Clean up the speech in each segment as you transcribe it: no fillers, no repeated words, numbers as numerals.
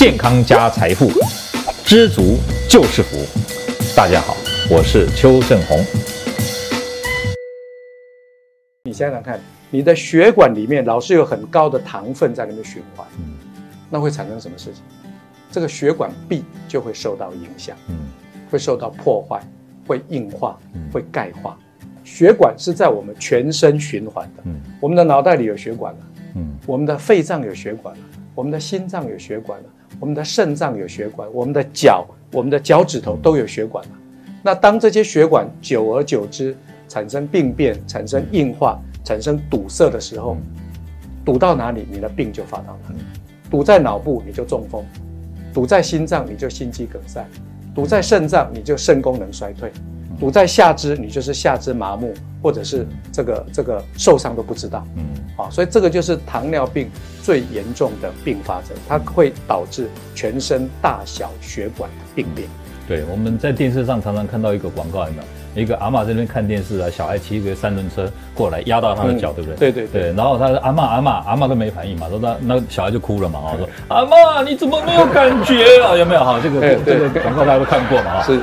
健康加财富，知足就是福。大家好，我是邱正洪。 你想想看，你的血管里面老是有很高的糖分在那边循环，那会产生什么事情？这个血管壁就会受到影响，会受到破坏，会硬化，会钙化。血管是在我们全身循环的，我们的脑袋里有血管了，我们的肺脏有血管了，我们的心脏有血管了，我们的肾脏有血管，我们的脚趾头都有血管了。那当这些血管久而久之产生病变、产生硬化、产生堵塞的时候，堵到哪里，你的病就发到哪里。堵在脑部，你就中风；堵在心脏，你就心肌梗塞；堵在肾脏，你就肾功能衰退；堵在下肢，你就是下肢麻木，或者是这个受伤都不知道。所以这个就是糖尿病最严重的并发症，它会导致全身大小血管的病变。 对，我们在电视上常常看到一个广告，有没有？一个阿嬷这边看电视啊，小孩骑一个3轮车过来压到他的脚，对不对？对。然后他说阿嬷都没反应嘛，说那小孩就哭了嘛，说阿嬷你怎么没有感觉啊？有没有？好，这个广告大家都看过嘛？ 是。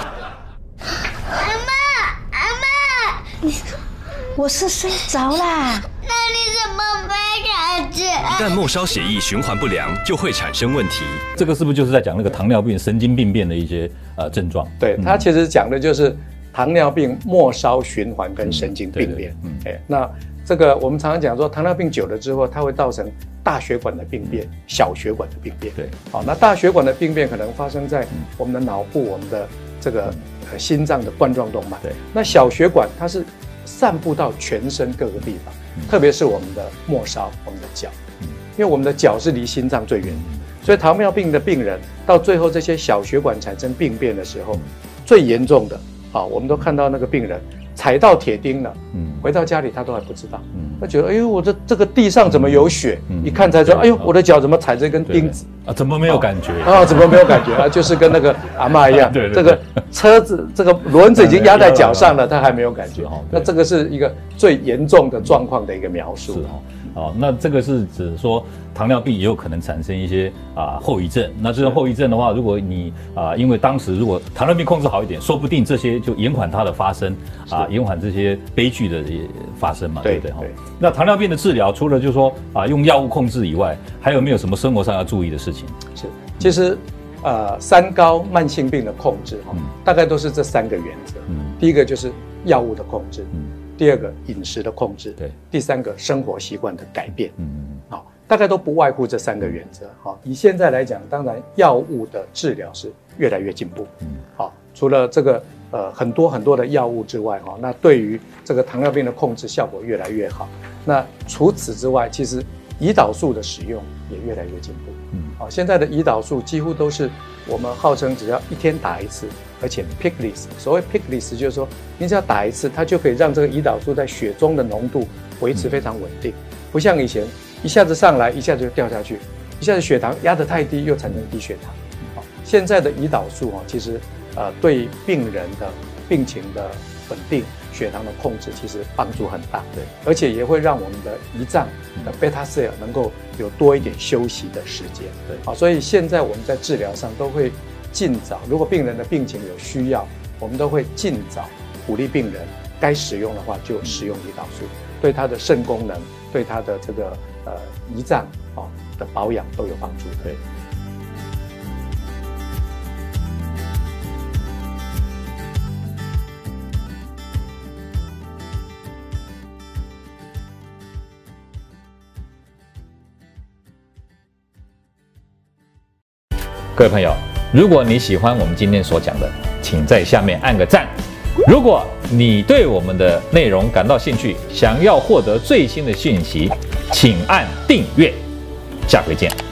阿嬷，我是睡着啦。 那你怎么没感觉？ 一旦末梢血液循环不良，就会产生问题。 这个是不是就是在讲那个糖尿病神经病变的一些症状？ 对，它其实讲的就是糖尿病末梢循环跟神经病变。那这个我们常常讲说，糖尿病久了之后，它会造成大血管的病变、小血管的病变。 对， 好，那大血管的病变可能发生在我们的脑部、我们的这个心脏的冠状动脉。 对， 那小血管它是散布到全身各个地方，特别是我们的末梢、我们的脚，因为我们的脚是离心脏最远，所以糖尿病的病人到最后这些小血管产生病变的时候，最严重的，我们都看到那个病人踩到铁钉了，回到家里他都还不知道，他觉得哎呦我的这个地上怎么有血，一看才知道，哎呦我的脚怎么踩着一根钉子啊？怎么没有感觉怎么没有感觉啊？就是跟那个阿嬷一样，这个车子这个轮子已经压在脚上了，他还没有感觉。那这个是一个最严重的状况的一个描述。 那这个是指说糖尿病也有可能产生一些后遗症。那这种后遗症的话，如果你因为当时如果糖尿病控制好一点，说不定这些就延缓它的发生延缓这些悲剧的发生嘛，对不对？那糖尿病的治疗除了就是说用药物控制以外，还有没有什么生活上要注意的事情？ 是，其实三高慢性病的控制大概都是这3个原则。第一个就是药物的控制。第二个饮食的控制，对，第三个生活习惯的改变，大概都不外乎这3个原则。以现在来讲，当然药物的治疗是越来越进步，除了这个很多的药物之外，那对于这个糖尿病的控制效果越来越好。那除此之外，其实胰岛素的使用也越来越进步。现在的胰岛素几乎都是我们号称只要1天打1次，而且 pickless。所谓 pickless 就是说，你只要打1次，它就可以让这个胰岛素在血中的浓度维持非常稳定，不像以前一下子上来，一下子就掉下去，一下子血糖压得太低，又产生低血糖。现在的胰岛素其实对病人的病情的稳定、血糖的控制其实帮助很大，对，而且也会让我们的胰脏的 beta cell 能够有多一点休息的时间，对，所以现在我们在治疗上都会尽早，如果病人的病情有需要，我们都会尽早鼓励病人该使用的话就使用胰岛素，对他的肾功能、对他的这个胰脏的保养都有帮助，对。 各位朋友，如果你喜欢我们今天所讲的，请在下面按个赞。如果你对我们的内容感到兴趣，想要获得最新的讯息，请按订阅。下回见。